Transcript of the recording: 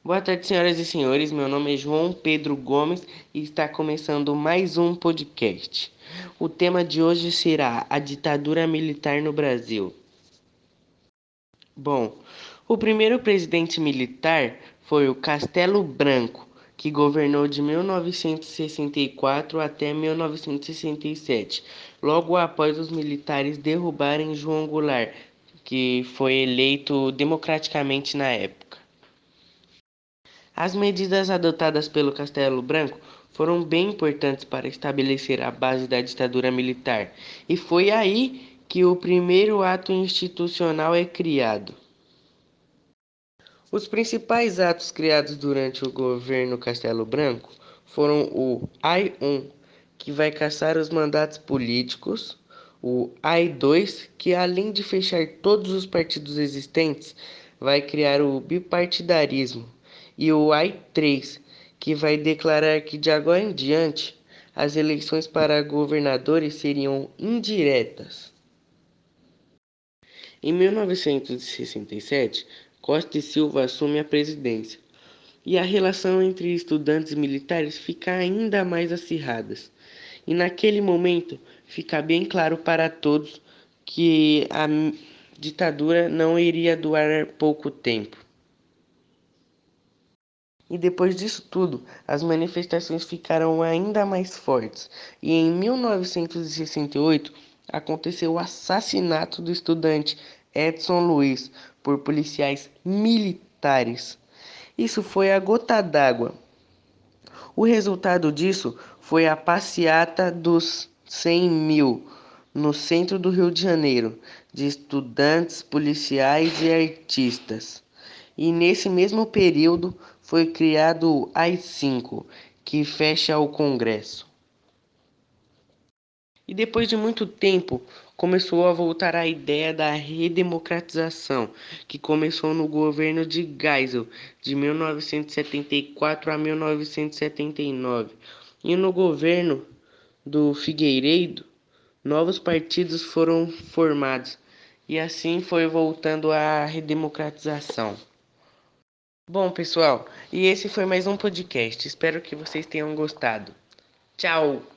Boa tarde, senhoras e senhores. Meu nome é João Pedro Gomes e está começando mais um podcast. O tema de hoje será a ditadura militar no Brasil. Bom, o primeiro presidente militar foi o Castelo Branco, que governou de 1964 até 1967, logo após os militares derrubarem João Goulart, que foi eleito democraticamente na época. As medidas adotadas pelo Castelo Branco foram bem importantes para estabelecer a base da ditadura militar, e foi aí que o primeiro ato institucional é criado. Os principais atos criados durante o governo Castelo Branco foram o AI-1, que vai caçar os mandatos políticos, o AI-2, que além de fechar todos os partidos existentes, vai criar o bipartidarismo, e o AI-3, que vai declarar que de agora em diante as eleições para governadores seriam indiretas. Em 1967, Costa e Silva assume a presidência, e a relação entre estudantes e militares fica ainda mais acirrada. E naquele momento fica bem claro para todos que a ditadura não iria durar pouco tempo. E depois disso tudo, as manifestações ficaram ainda mais fortes. E em 1968 aconteceu o assassinato do estudante Edson Luiz por policiais militares. Isso foi a gota d'água. O resultado disso foi a passeata dos 100 mil no centro do Rio de Janeiro, de estudantes, policiais e artistas. E nesse mesmo período foi criado o AI-5, que fecha o Congresso. E depois de muito tempo, começou a voltar a ideia da redemocratização, que começou no governo de Geisel, de 1974 a 1979. E no governo do Figueiredo, novos partidos foram formados. E assim foi voltando a redemocratização. Bom, pessoal, e esse foi mais um podcast. Espero que vocês tenham gostado. Tchau!